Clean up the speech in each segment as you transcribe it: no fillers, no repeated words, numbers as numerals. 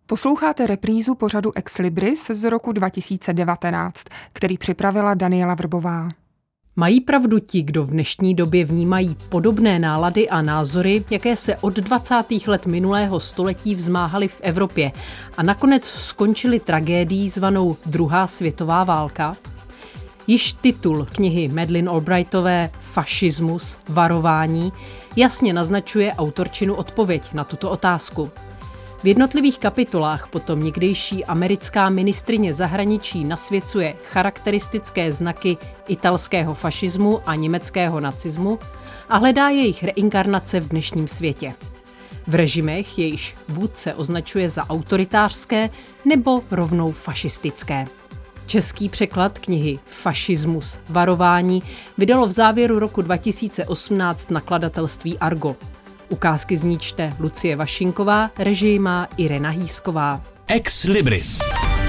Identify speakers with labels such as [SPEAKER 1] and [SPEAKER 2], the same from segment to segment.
[SPEAKER 1] Posloucháte reprízu pořadu Ex Libris z roku 2019, který připravila Daniela Vrbová.
[SPEAKER 2] Mají pravdu ti, kdo v dnešní době vnímají podobné nálady a názory, jaké se od 20. let minulého století vzmáhaly v Evropě a nakonec skončily tragédií zvanou Druhá světová válka? Již titul knihy Madeleine Albrightové Fašismus, varování jasně naznačuje autorčinu odpověď na tuto otázku. V jednotlivých kapitolách potom někdejší americká ministryně zahraničí nasvěcuje charakteristické znaky italského fašismu a německého nacismu a hledá jejich reinkarnace v dnešním světě. V režimech jejíž vůdce označuje za autoritářské nebo rovnou fašistické. Český překlad knihy Fašismus, varování vydalo v závěru roku 2018 nakladatelství Argo. Ukázky z ní čte Lucie Vašinková, režii má Irena Hýsková.
[SPEAKER 3] Ex Libris.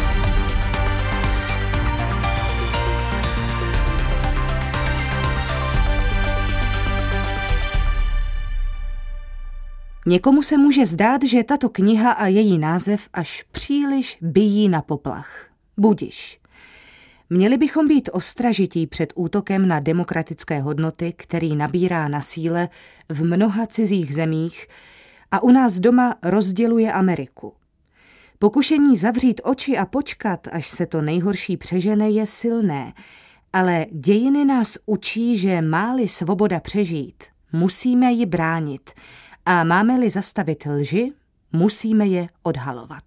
[SPEAKER 4] Někomu se může zdát, že tato kniha a její název až příliš bijí na poplach. Budiš. Měli bychom být ostražití před útokem na demokratické hodnoty, který nabírá na síle v mnoha cizích zemích a u nás doma rozděluje Ameriku. Pokušení zavřít oči a počkat, až se to nejhorší přežene, je silné, ale dějiny nás učí, že má-li svoboda přežít, musíme ji bránit a máme-li zastavit lži, musíme je odhalovat.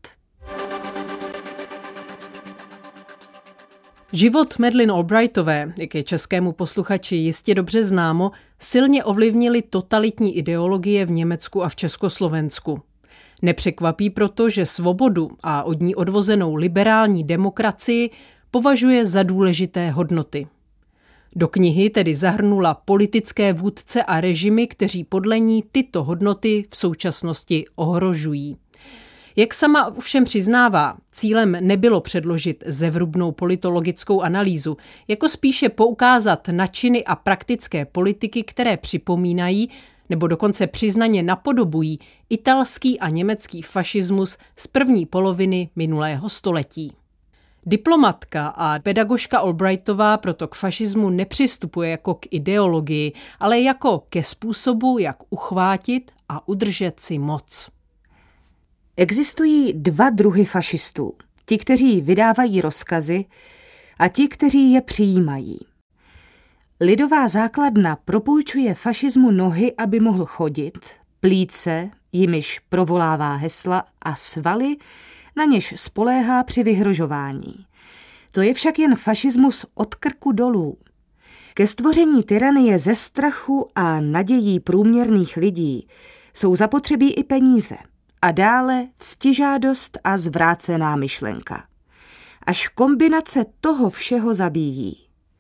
[SPEAKER 2] Život Madeleine Albrightové, jak je českému posluchači jistě dobře známo, silně ovlivnily totalitní ideologie v Německu a v Československu. Nepřekvapí proto, že svobodu a od ní odvozenou liberální demokracii považuje za důležité hodnoty. Do knihy tedy zahrnula politické vůdce a režimy, kteří podle ní tyto hodnoty v současnosti ohrožují. Jak sama ovšem přiznává, cílem nebylo předložit zevrubnou politologickou analýzu, jako spíše poukázat na činy a praktické politiky, které připomínají, nebo dokonce přiznaně napodobují italský a německý fašismus z první poloviny minulého století. Diplomatka a pedagožka Albrightová proto k fašismu nepřistupuje jako k ideologii, ale jako ke způsobu, jak uchvátit a udržet si moc.
[SPEAKER 4] Existují dva druhy fašistů. Ti, kteří vydávají rozkazy a ti, kteří je přijímají. Lidová základna propůjčuje fašismu nohy, aby mohl chodit, plíce, jimiž provolává hesla a svaly, na něž spoléhá při vyhrožování. To je však jen fašismus od krku dolů. Ke stvoření tyranie ze strachu a nadějí průměrných lidí jsou zapotřebí i peníze. A dále ctižádost a zvrácená myšlenka. Až kombinace toho všeho zabíjí.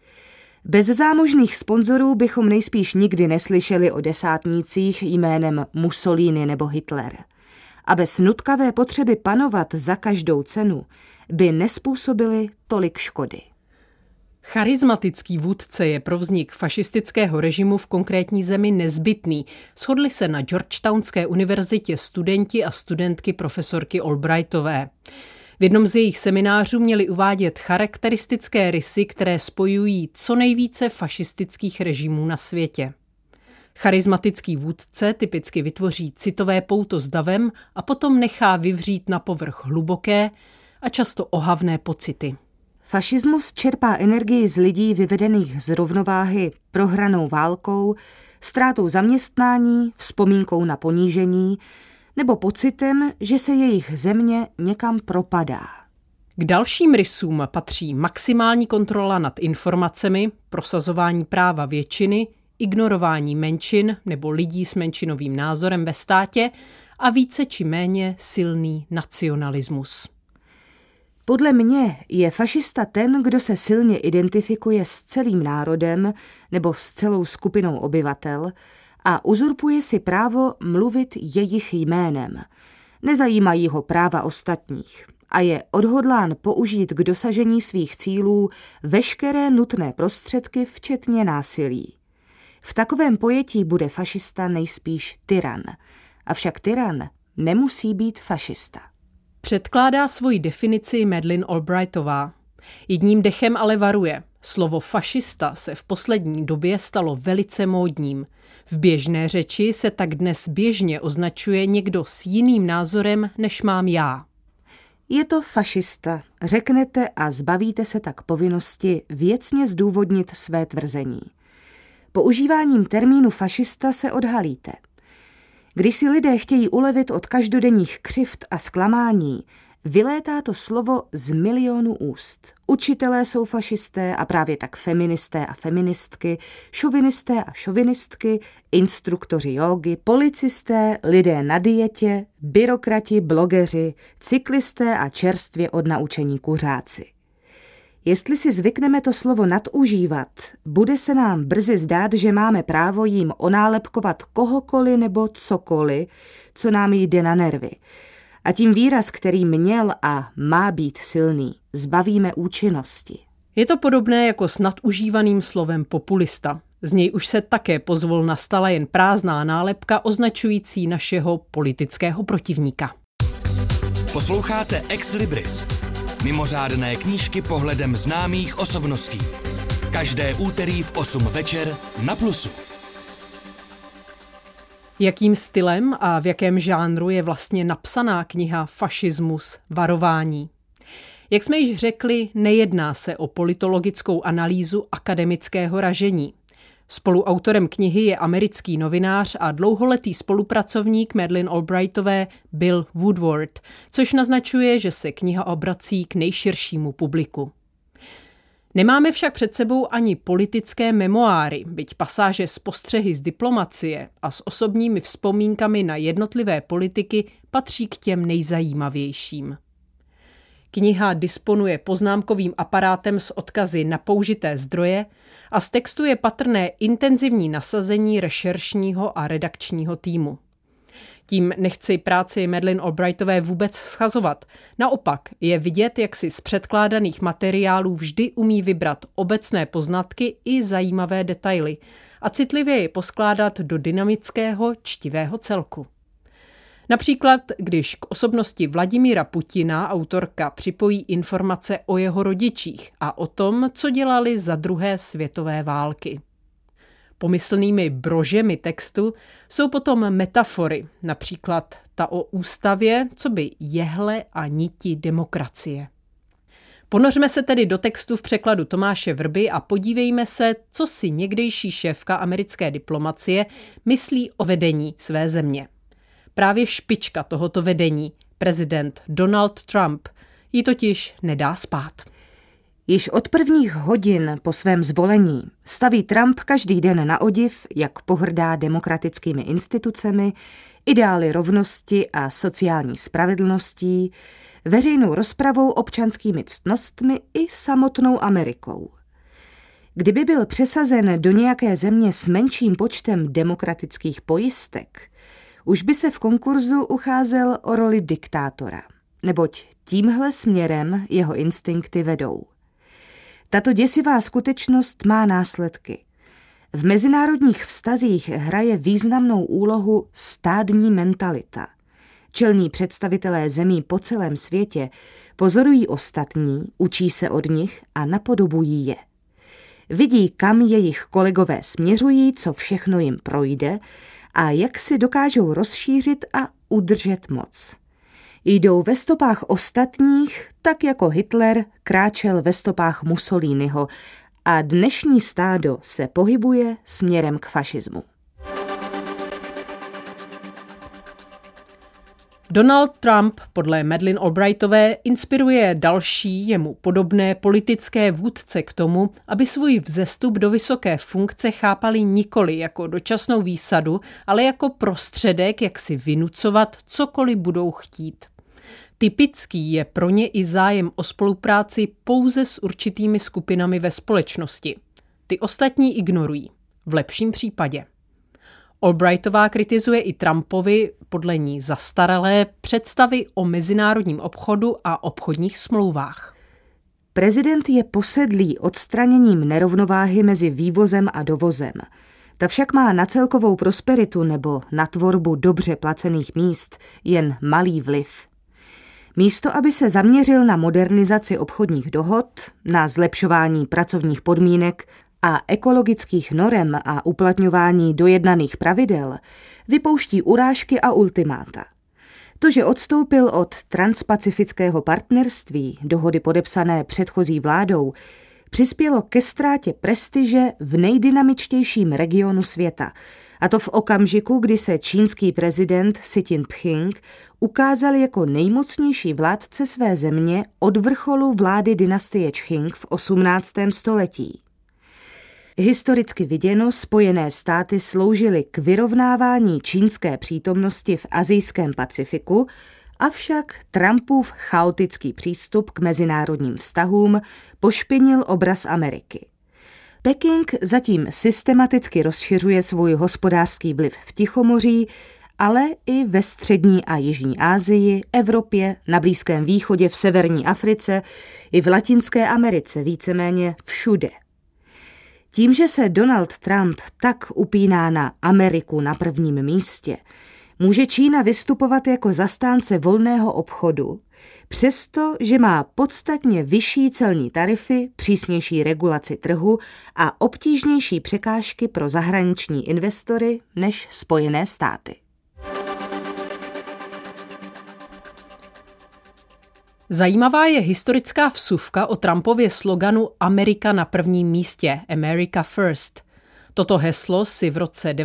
[SPEAKER 4] Bez zámožných sponzorů bychom nejspíš nikdy neslyšeli o desátnících jménem Mussolini nebo Hitler. A bez nutkavé potřeby panovat za každou cenu by nespůsobili tolik škody.
[SPEAKER 2] Charismatický vůdce je pro vznik fašistického režimu v konkrétní zemi nezbytný. Shodli se na Georgetownské univerzitě studenti a studentky profesorky Albrightové. V jednom z jejich seminářů měli uvádět charakteristické rysy, které spojují co nejvíce fašistických režimů na světě. Charismatický vůdce typicky vytvoří citové pouto s davem a potom nechá vyvřít na povrch hluboké a často ohavné pocity.
[SPEAKER 4] Fašismus čerpá energii z lidí vyvedených z rovnováhy prohranou válkou, ztrátou zaměstnání, vzpomínkou na ponížení nebo pocitem, že se jejich země někam propadá.
[SPEAKER 2] K dalším rysům patří maximální kontrola nad informacemi, prosazování práva většiny, ignorování menšin nebo lidí s menšinovým názorem ve státě a více či méně silný nacionalismus.
[SPEAKER 4] Podle mě je fašista ten, kdo se silně identifikuje s celým národem nebo s celou skupinou obyvatel a uzurpuje si právo mluvit jejich jménem. Nezajímají ho práva ostatních a je odhodlán použít k dosažení svých cílů veškeré nutné prostředky, včetně násilí. V takovém pojetí bude fašista nejspíš tyran, avšak tyran nemusí být fašista.
[SPEAKER 2] Předkládá svoji definici Madeleine Albrightová. Jedním dechem ale varuje. Slovo fašista se v poslední době stalo velice módním. V běžné řeči se tak dnes běžně označuje někdo s jiným názorem, než mám já.
[SPEAKER 4] Je to fašista, řeknete a zbavíte se tak povinnosti věcně zdůvodnit své tvrzení. Používáním termínu fašista se odhalíte. Když si lidé chtějí ulevit od každodenních křivd a zklamání, vylétá to slovo z milionů úst. Učitelé jsou fašisté a právě tak feministé a feministky, šovinisté a šovinistky, instruktoři jógy, policisté, lidé na dietě, byrokrati, blogeři, cyklisté a čerstvě odnaučení kuřáci. Jestli si zvykneme to slovo nadužívat, bude se nám brzy zdát, že máme právo jím onálepkovat kohokoliv nebo cokoliv, co nám jde na nervy. A tím výraz, který měl a má být silný, zbavíme účinnosti.
[SPEAKER 2] Je to podobné jako s nadužívaným slovem populista. Z něj už se také pozvolna stala jen prázdná nálepka označující našeho politického protivníka.
[SPEAKER 3] Posloucháte Ex Libris. Mimořádné knížky pohledem známých osobností. Každé úterý v 8 večer na Plusu.
[SPEAKER 2] Jakým stylem a v jakém žánru je vlastně napsaná kniha Fašismus, varování? Jak jsme již řekli, nejedná se o politologickou analýzu akademického ražení. Spoluautorem knihy je americký novinář a dlouholetý spolupracovník Madeleine Albrightové Bill Woodward, což naznačuje, že se kniha obrací k nejširšímu publiku. Nemáme však před sebou ani politické memoáry, byť pasáže z postřehy z diplomacie a s osobními vzpomínkami na jednotlivé politiky patří k těm nejzajímavějším. Kniha disponuje poznámkovým aparátem s odkazy na použité zdroje a z textu je patrné intenzivní nasazení rešeršního a redakčního týmu. Tím nechci práci Madeleine Albrightové vůbec schazovat. Naopak je vidět, jak si z předkládaných materiálů vždy umí vybrat obecné poznatky i zajímavé detaily a citlivě je poskládat do dynamického, čtivého celku. Například, když k osobnosti Vladimíra Putina autorka připojí informace o jeho rodičích a o tom, co dělali za druhé světové války. Pomyslnými brožemi textu jsou potom metafory, například ta o ústavě, coby jehle a niti demokracie. Ponořme se tedy do textu v překladu Tomáše Vrby a podívejme se, co si někdejší šéfka americké diplomacie myslí o vedení své země. Právě špička tohoto vedení, prezident Donald Trump, ji totiž nedá spát.
[SPEAKER 4] Již od prvních hodin po svém zvolení staví Trump každý den na odiv, jak pohrdá demokratickými institucemi, ideály rovnosti a sociální spravedlností, veřejnou rozpravou, občanskými ctnostmi i samotnou Amerikou. Kdyby byl přesazen do nějaké země s menším počtem demokratických pojistek, už by se v konkurzu ucházel o roli diktátora, neboť tímhle směrem jeho instinkty vedou. Tato děsivá skutečnost má následky. V mezinárodních vztazích hraje významnou úlohu stádní mentalita. Čelní představitelé zemí po celém světě pozorují ostatní, učí se od nich a napodobují je. Vidí, kam jejich kolegové směřují, co všechno jim projde a jak si dokážou rozšířit a udržet moc. Jdou ve stopách ostatních, tak jako Hitler kráčel ve stopách Mussoliniho a dnešní stádo se pohybuje směrem k fašismu.
[SPEAKER 2] Donald Trump podle Madeleine Albrightové inspiruje další jemu podobné politické vůdce k tomu, aby svůj vzestup do vysoké funkce chápali nikoli jako dočasnou výsadu, ale jako prostředek, jak si vynucovat cokoliv budou chtít. Typický je pro ně i zájem o spolupráci pouze s určitými skupinami ve společnosti. Ty ostatní ignorují, v lepším případě. Albrightová kritizuje i Trumpovi, podle ní zastaralé, představy o mezinárodním obchodu a obchodních smlouvách.
[SPEAKER 4] Prezident je posedlý odstraněním nerovnováhy mezi vývozem a dovozem. Ta však má na celkovou prosperitu nebo na tvorbu dobře placených míst jen malý vliv. Místo, aby se zaměřil na modernizaci obchodních dohod, na zlepšování pracovních podmínek a ekologických norem a uplatňování dojednaných pravidel, vypouští urážky a ultimáta. To, že odstoupil od transpacifického partnerství, dohody podepsané předchozí vládou, přispělo ke ztrátě prestiže v nejdynamičtějším regionu světa, a to v okamžiku, kdy se čínský prezident Xi Jinping ukázal jako nejmocnější vládce své země od vrcholu vlády dynastie Čching v 18. století. Historicky viděno Spojené státy sloužily k vyrovnávání čínské přítomnosti v asijském Pacifiku, avšak Trumpův chaotický přístup k mezinárodním vztahům pošpinil obraz Ameriky. Peking zatím systematicky rozšiřuje svůj hospodářský vliv v Tichomoří, ale i ve střední a jižní Asii, Evropě, na Blízkém východě, v severní Africe i v Latinské Americe, víceméně všude. Tím, že se Donald Trump tak upíná na Ameriku na prvním místě, může Čína vystupovat jako zastánce volného obchodu, přesto, že má podstatně vyšší celní tarify, přísnější regulaci trhu a obtížnější překážky pro zahraniční investory než Spojené státy.
[SPEAKER 2] Zajímavá je historická vsuvka o Trumpově sloganu Amerika na prvním místě, America First. Toto heslo si v roce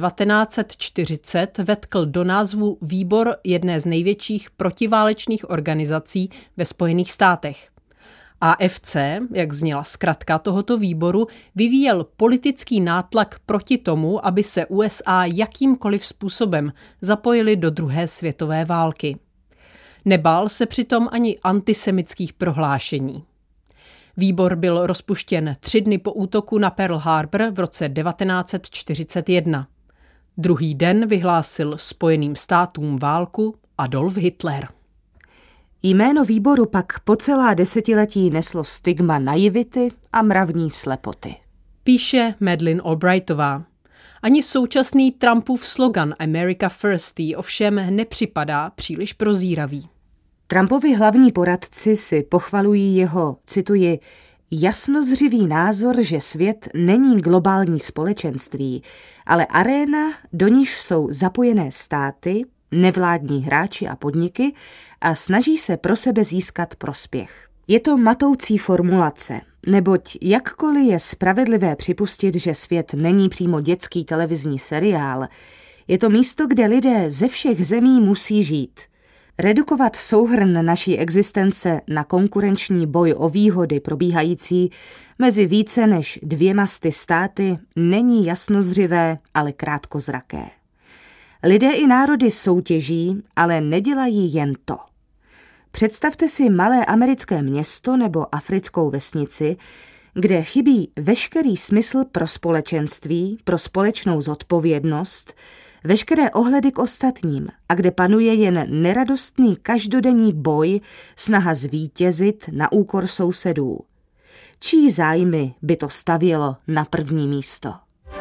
[SPEAKER 2] 1940 vetkl do názvu výbor jedné z největších protiválečných organizací ve Spojených státech. AFC, jak zněla zkratka tohoto výboru, vyvíjel politický nátlak proti tomu, aby se USA jakýmkoliv způsobem zapojili do druhé světové války. Nebál se přitom ani antisemitských prohlášení. Výbor byl rozpuštěn 3 dny po útoku na Pearl Harbor v roce 1941. Druhý den vyhlásil Spojeným státům válku Adolf Hitler.
[SPEAKER 4] Jméno výboru pak po celá desetiletí neslo stigma naivity a mravní slepoty.
[SPEAKER 2] Píše Madeleine Albrightová. Ani současný Trumpův slogan America First jí ovšem nepřipadá příliš prozíravý.
[SPEAKER 4] Trumpovi hlavní poradci si pochvalují jeho, cituji, jasnozřivý názor, že svět není globální společenství, ale aréna, do níž jsou zapojené státy, nevládní hráči a podniky a snaží se pro sebe získat prospěch. Je to matoucí formulace, neboť jakkoliv je spravedlivé připustit, že svět není přímo dětský televizní seriál, je to místo, kde lidé ze všech zemí musí žít. Redukovat souhrn naší existence na konkurenční boj o výhody probíhající mezi více než 200 státy není jasnozřivé, ale krátkozraké. Lidé i národy soutěží, ale nedělají jen to. Představte si malé americké město nebo africkou vesnici, kde chybí veškerý smysl pro společenství, pro společnou zodpovědnost, veškeré ohledy k ostatním a kde panuje jen neradostný každodenní boj, snaha zvítězit na úkor sousedů. Čí zájmy by to stavělo na první místo?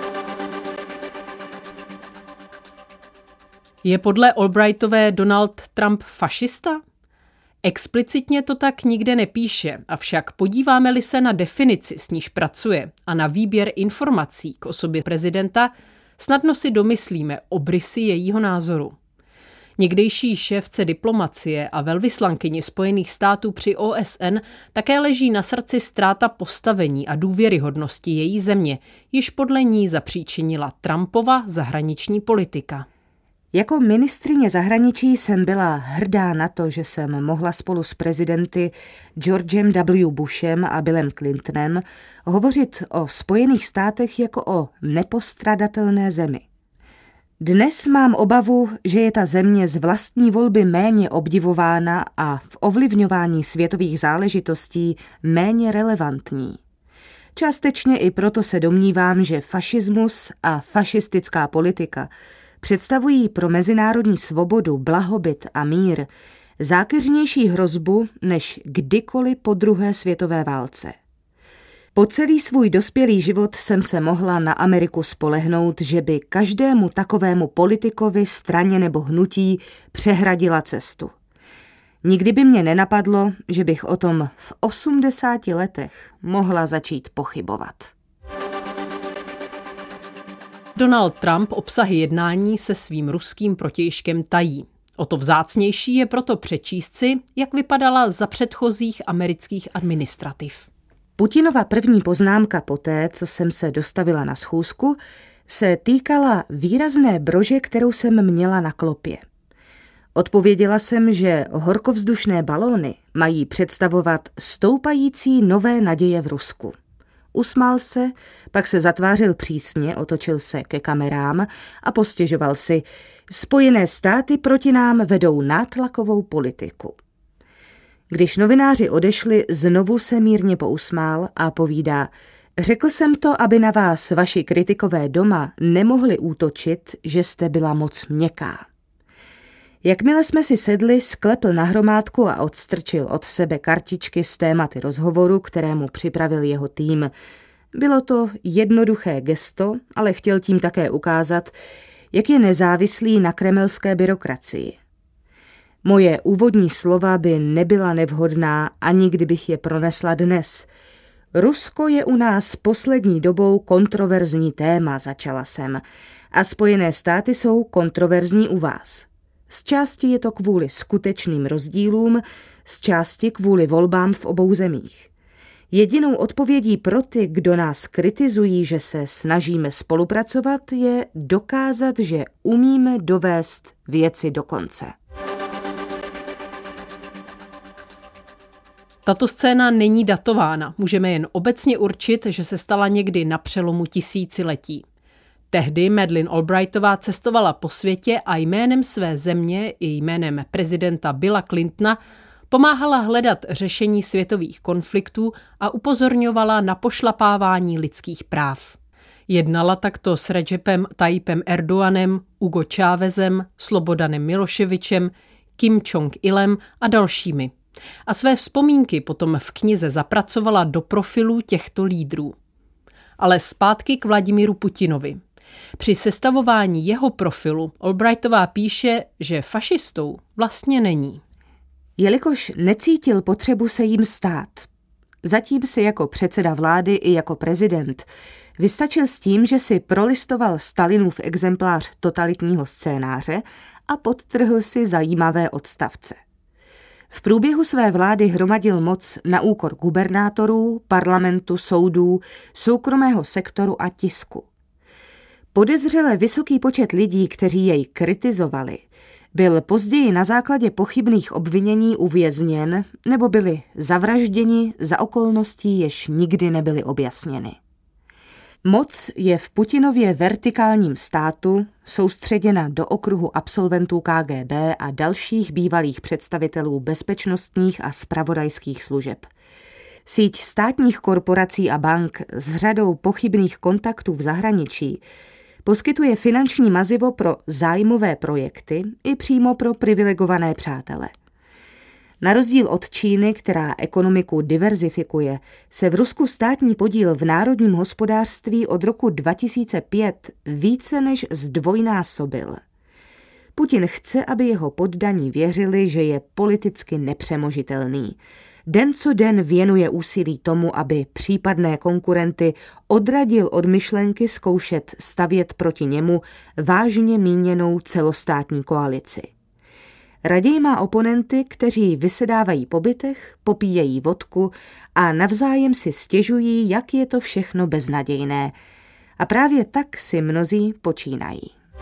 [SPEAKER 2] Je podle Albrightové Donald Trump fašista? Explicitně to tak nikde nepíše, avšak podíváme-li se na definici, s níž pracuje, a na výběr informací k osobě prezidenta, snadno si domyslíme obrysy jejího názoru. Někdejší šéfce diplomacie a velvyslankyni Spojených států při OSN také leží na srdci ztráta postavení a důvěryhodnosti její země, již podle ní zapříčinila Trumpova zahraniční politika.
[SPEAKER 4] Jako ministryně zahraničí jsem byla hrdá na to, že jsem mohla spolu s prezidenty Georgem W. Bushem a Billem Clintonem hovořit o Spojených státech jako o nepostradatelné zemi. Dnes mám obavu, že je ta země z vlastní volby méně obdivována a v ovlivňování světových záležitostí méně relevantní. Částečně i proto se domnívám, že fašismus a fašistická politika představují pro mezinárodní svobodu, blahobyt a mír zákeřnější hrozbu než kdykoliv po druhé světové válce. Po celý svůj dospělý život jsem se mohla na Ameriku spolehnout, že by každému takovému politikovi, straně nebo hnutí přehradila cestu. Nikdy by mě nenapadlo, že bych o tom v 80 letech mohla začít pochybovat.
[SPEAKER 2] Donald Trump obsahy jednání se svým ruským protějškem tají. O to vzácnější je proto přečíst si, jak vypadala za předchozích amerických administrativ.
[SPEAKER 4] Putinova první poznámka poté, co jsem se dostavila na schůzku, se týkala výrazné brože, kterou jsem měla na klopě. Odpověděla jsem, že horkovzdušné balóny mají představovat stoupající nové naděje v Rusku. Usmál se, pak se zatvářil přísně, otočil se ke kamerám a postěžoval si: Spojené státy proti nám vedou nátlakovou politiku. Když novináři odešli, znovu se mírně pousmál a povídá: Řekl jsem to, aby na vás vaši kritikové doma nemohli útočit, že jste byla moc měkká. Jakmile jsme si sedli, sklepl na hromádku a odstrčil od sebe kartičky s tématy rozhovoru, kterému připravil jeho tým. Bylo to jednoduché gesto, ale chtěl tím také ukázat, jak je nezávislý na kremelské byrokracii. Moje úvodní slova by nebyla nevhodná, ani kdybych je pronesla dnes. Rusko je u nás poslední dobou kontroverzní téma, začala jsem, a Spojené státy jsou kontroverzní u vás. Z části je to kvůli skutečným rozdílům, z části kvůli volbám v obou zemích. Jedinou odpovědí pro ty, kdo nás kritizují, že se snažíme spolupracovat, je dokázat, že umíme dovést věci do konce.
[SPEAKER 2] Tato scéna není datována, můžeme jen obecně určit, že se stala někdy na přelomu tisíciletí. Tehdy Madeleine Albrightová cestovala po světě a jménem své země i jménem prezidenta Billa Clintona pomáhala hledat řešení světových konfliktů a upozorňovala na pošlapávání lidských práv. Jednala takto s Recepem Tayyipem Erdoganem, Hugo Chávezem, Slobodanem Miloševičem, Kim Jong-ilem a dalšími. A své vzpomínky potom v knize zapracovala do profilů těchto lídrů. Ale zpátky k Vladimíru Putinovi. Při sestavování jeho profilu Albrightová píše, že fašistou vlastně není.
[SPEAKER 4] Jelikož necítil potřebu se jim stát. Zatím si jako předseda vlády i jako prezident vystačil s tím, že si prolistoval Stalinův exemplář totalitního scénáře a podtrhl si zajímavé odstavce. V průběhu své vlády hromadil moc na úkor gubernátorů, parlamentu, soudů, soukromého sektoru a tisku. Podezřele vysoký počet lidí, kteří jej kritizovali, byl později na základě pochybných obvinění uvězněn nebo byli zavražděni za okolností, jež nikdy nebyly objasněny. Moc je v Putinově vertikálním státu soustředěna do okruhu absolventů KGB a dalších bývalých představitelů bezpečnostních a zpravodajských služeb. Síť státních korporací a bank s řadou pochybných kontaktů v zahraničí poskytuje finanční mazivo pro zájmové projekty i přímo pro privilegované přátele. Na rozdíl od Číny, která ekonomiku diverzifikuje, se v Rusku státní podíl v národním hospodářství od roku 2005 více než zdvojnásobil. Putin chce, aby jeho poddaní věřili, že je politicky nepřemožitelný. Den co den věnuje úsilí tomu, aby případné konkurenty odradil od myšlenky zkoušet stavět proti němu vážně míněnou celostátní koalici. Raději má oponenty, kteří vysedávají po bytech, popíjejí vodku a navzájem si stěžují, jak je to všechno beznadějné. A právě tak si mnozí počínají.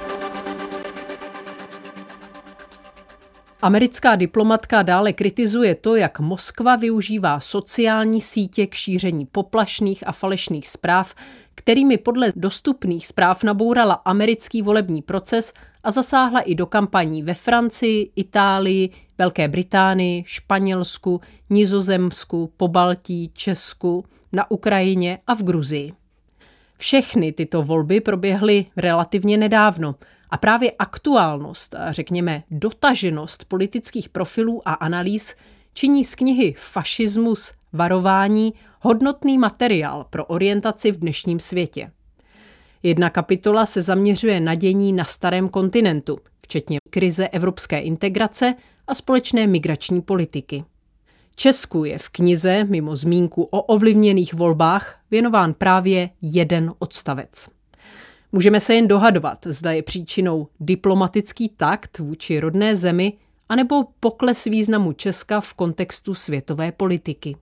[SPEAKER 2] Americká diplomatka dále kritizuje to, jak Moskva využívá sociální sítě k šíření poplašných a falešných zpráv, kterými podle dostupných zpráv nabourala americký volební proces a zasáhla i do kampaní ve Francii, Itálii, Velké Británii, Španělsku, Nizozemsku, Pobaltí, Česku, na Ukrajině a v Gruzii. Všechny tyto volby proběhly relativně nedávno a právě aktuálnost a řekněme dotaženost politických profilů a analýz činí z knihy Fašismus, varování hodnotný materiál pro orientaci v dnešním světě. Jedna kapitola se zaměřuje na dění na starém kontinentu, včetně krize evropské integrace a společné migrační politiky. Česku je v knize, mimo zmínku o ovlivněných volbách, věnován právě jeden odstavec. Můžeme se jen dohadovat, zda je příčinou diplomatický takt vůči rodné zemi anebo pokles významu Česka v kontextu světové politiky.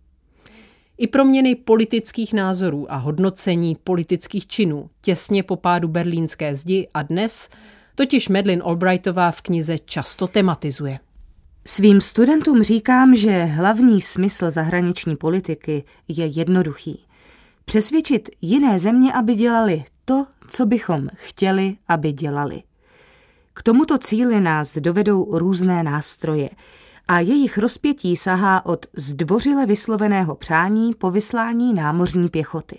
[SPEAKER 2] I proměny politických názorů a hodnocení politických činů těsně po pádu berlínské zdi a dnes totiž Madeleine Albrightová v knize často tematizuje.
[SPEAKER 4] Svým studentům říkám, že hlavní smysl zahraniční politiky je jednoduchý. Přesvědčit jiné země, aby dělali to, co bychom chtěli, aby dělali. K tomuto cíli nás dovedou různé nástroje a jejich rozpětí sahá od zdvořile vysloveného přání po vyslání námořní pěchoty.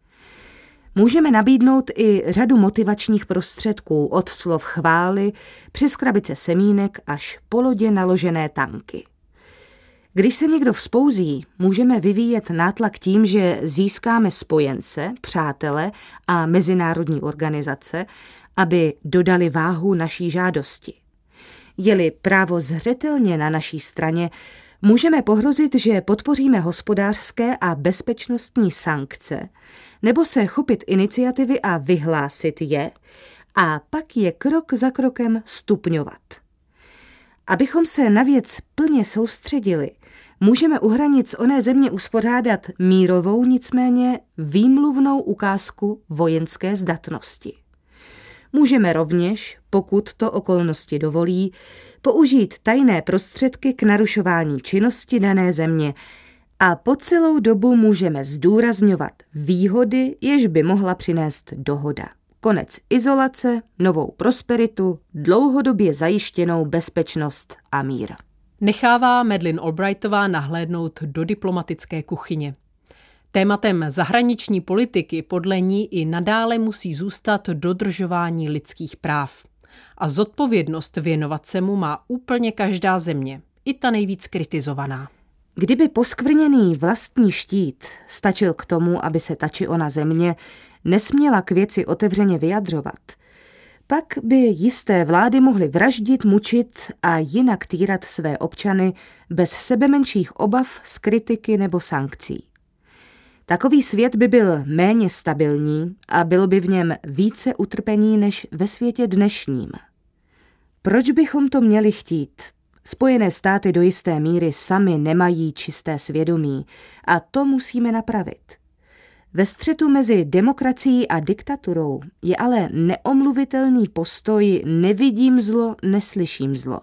[SPEAKER 4] Můžeme nabídnout i řadu motivačních prostředků od slov chvály přes krabice semínek až po lodě naložené tanky. Když se někdo vzpouzí, můžeme vyvíjet nátlak tím, že získáme spojence, přátele a mezinárodní organizace, aby dodali váhu naší žádosti. Je-li právo zřetelně na naší straně, můžeme pohrozit, že podpoříme hospodářské a bezpečnostní sankce, nebo se chopit iniciativy a vyhlásit je, a pak je krok za krokem stupňovat. Abychom se na věc plně soustředili, můžeme u hranic oné země uspořádat mírovou, nicméně výmluvnou ukázku vojenské zdatnosti. Můžeme rovněž, pokud to okolnosti dovolí, použít tajné prostředky k narušování činnosti dané země a po celou dobu můžeme zdůrazňovat výhody, jež by mohla přinést dohoda. Konec izolace, novou prosperitu, dlouhodobě zajištěnou bezpečnost a mír.
[SPEAKER 2] Nechává Madeleine Albrightová nahlédnout do diplomatické kuchyně. Tématem zahraniční politiky podle ní i nadále musí zůstat dodržování lidských práv. A zodpovědnost věnovat se mu má úplně každá země, i ta nejvíc kritizovaná.
[SPEAKER 4] Kdyby poskvrněný vlastní štít stačil k tomu, aby se ta či ona země nesměla k věci otevřeně vyjadřovat, pak by jisté vlády mohly vraždit, mučit a jinak týrat své občany bez sebemenších obav z kritiky nebo sankcí. Takový svět by byl méně stabilní a bylo by v něm více utrpení než ve světě dnešním. Proč bychom to měli chtít? Spojené státy do jisté míry sami nemají čisté svědomí a to musíme napravit. Ve střetu mezi demokracií a diktaturou je ale neomluvitelný postoj nevidím zlo, neslyším zlo.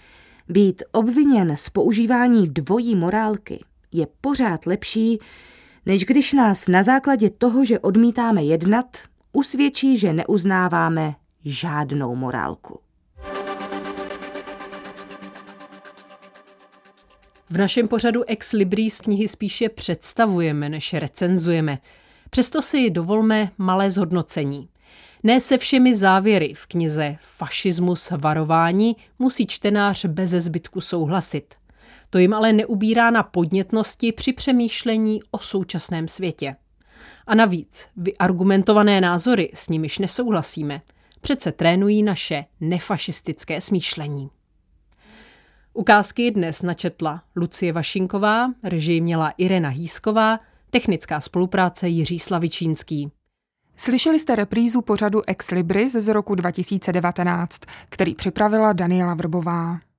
[SPEAKER 4] Být obviněn z používání dvojí morálky je pořád lepší, než když nás na základě toho, že odmítáme jednat, usvědčí, že neuznáváme žádnou morálku.
[SPEAKER 2] V našem pořadu Ex Libris knihy spíše představujeme, než recenzujeme. Přesto si dovolme malé zhodnocení. Ne se všemi závěry v knize Fašismus varování musí čtenář beze zbytku souhlasit. To jim ale neubírá na podnětnosti při přemýšlení o současném světě. A navíc vyargumentované názory, s nimiž nesouhlasíme, přece trénují naše nefašistické smýšlení. Ukázky dnes načetla Lucie Vašinková, režii měla Irena Hýsková, technická spolupráce Jiří Slavičínský.
[SPEAKER 1] Slyšeli jste reprízu pořadu Ex Libris z roku 2019, který připravila Daniela Vrbová.